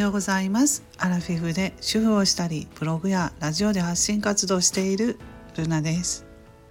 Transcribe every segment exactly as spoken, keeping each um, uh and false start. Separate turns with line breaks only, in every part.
ようございます。アラフィフで主婦をしたりブログやラジオで発信活動しているルナです。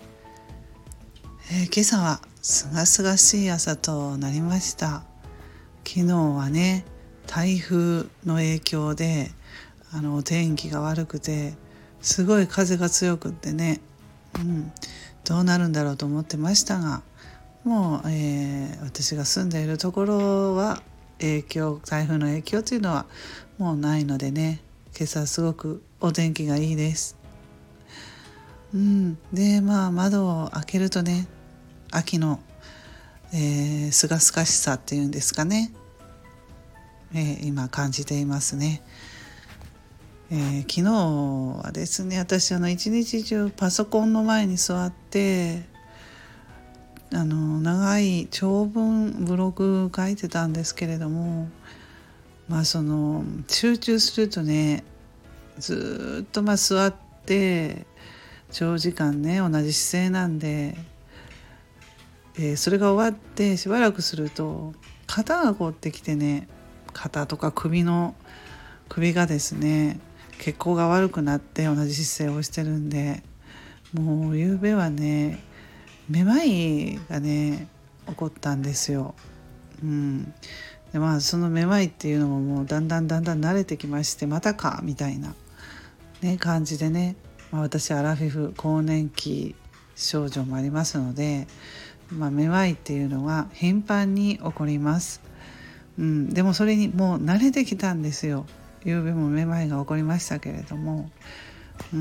えー、今朝はすがすがしい朝となりました。昨日はね、台風の影響であの天気が悪くてすごい風が強くってね、うん、どうなるんだろうと思ってましたが、もう、えー、私が住んでいるところは影響台風の影響というのはもうないのでね、今朝すごくお天気がいいです。うん、でまあ窓を開けるとね、秋のえー、清々しさっていうんですかね、えー、今感じていますね。えー、昨日はですね、私あの一日中パソコンの前に座ってあの長い長文ブログ書いてたんですけれども、まあその集中するとね、ずっとまあ座って長時間ね同じ姿勢なんで、えー、それが終わってしばらくすると肩が凝ってきてね、肩とか首の首がですね血行が悪くなって同じ姿勢をしてるんで、もう夕べはねめまいがね起こったんですよ。うん、でまあそのめまいっていうのももうだんだんだんだん慣れてきまして、またかみたいな、ね、感じでね、まあ、私アラフィフ更年期症状もありますので、まあ、めまいっていうのは頻繁に起こります。うん、でもそれにもう慣れてきたんですよ。夕べもめまいが起こりましたけれども、うん、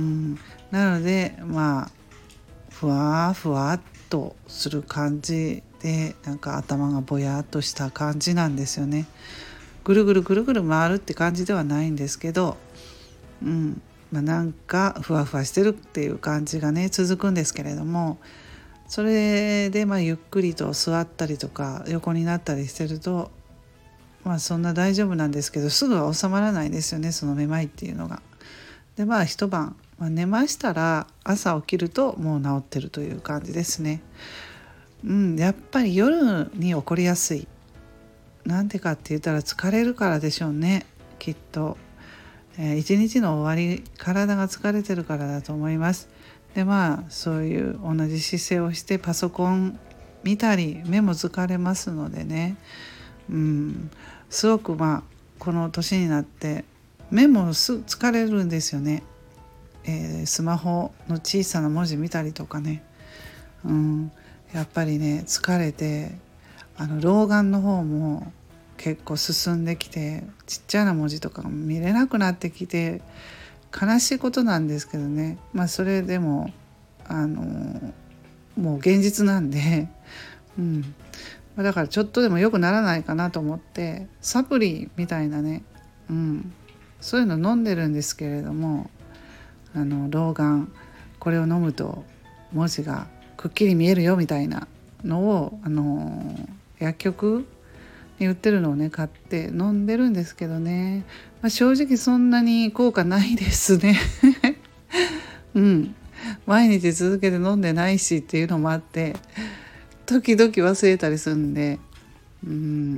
なのでまあふわふわっとする感じで、なんか頭がぼやっとした感じなんですよね。ぐるぐるぐるぐる回るって感じではないんですけど、うんまあ、なんかふわふわしてるっていう感じがね続くんですけれども、それでまあゆっくりと座ったりとか横になったりしてると、まあそんな大丈夫なんですけど、すぐは収まらないですよね、そのめまいっていうのが。でまあ一晩、まあ、寝ましたら朝起きるともう治ってるという感じですね。うん、やっぱり夜に起こりやすい。なんでかって言ったら疲れるからでしょうね、きっと。えー、一日の終わり体が疲れてるからだと思います。でまあそういう同じ姿勢をしてパソコン見たり目も疲れますのでね、うん、すごくまあこの年になって目もす疲れるんですよね。えー、スマホの小さな文字見たりとかね、うん、やっぱりね疲れて、あの老眼の方も結構進んできて、ちっちゃな文字とか見れなくなってきて悲しいことなんですけどね、まあそれでもあのもう現実なんで、うん、だからちょっとでも良くならないかなと思ってサプリみたいなね、うん、そういうの飲んでるんですけれども、あの老眼これを飲むと文字がくっきり見えるよみたいなのをあの薬局に売ってるのをね買って飲んでるんですけどね、まあ、正直そんなに効果ないですねうん、毎日続けて飲んでないしっていうのもあって時々忘れたりするんで、うん、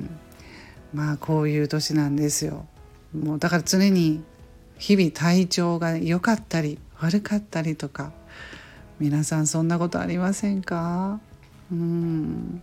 まあこういう年なんですよ。もうだから常に日々体調が良かったり悪かったりとか、皆さんそんなことありませんか？うん、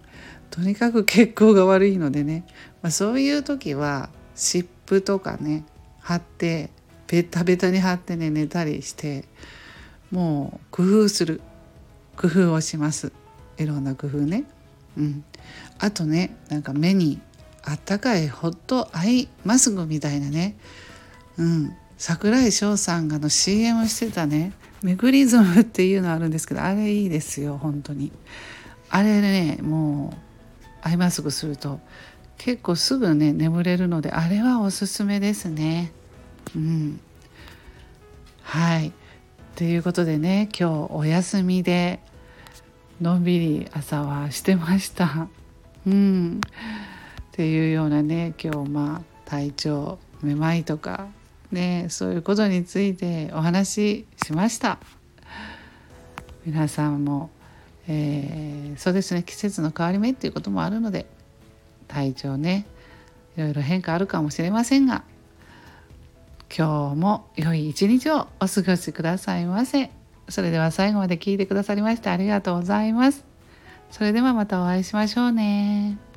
とにかく血行が悪いのでね、まあ、そういう時は湿布とかね貼ってベタベタに貼ってね寝たりして、もう工夫する工夫をします。いろんな工夫ね、うん、あとね、なんか目にあったかいホットアイマスクみたいなね、うん、櫻井翔さんがの シーエム してたねメグリズムっていうのあるんですけど、あれいいですよ本当に。あれね、もうアイマスクすると結構すぐね眠れるので、あれはおすすめですね。うん、はいということでね、今日お休みでのんびり朝はしてました。うんっていうようなね、今日まあ体調めまいとかね、そういうことについてお話ししました。皆さんも、えー、そうですね、季節の変わり目っていうこともあるので体調ねいろいろ変化あるかもしれませんが、 今日も良い一日をお過ごしくださいませ。それでは最後まで聞いてくださりましてありがとうございます。それではまたお会いしましょうね。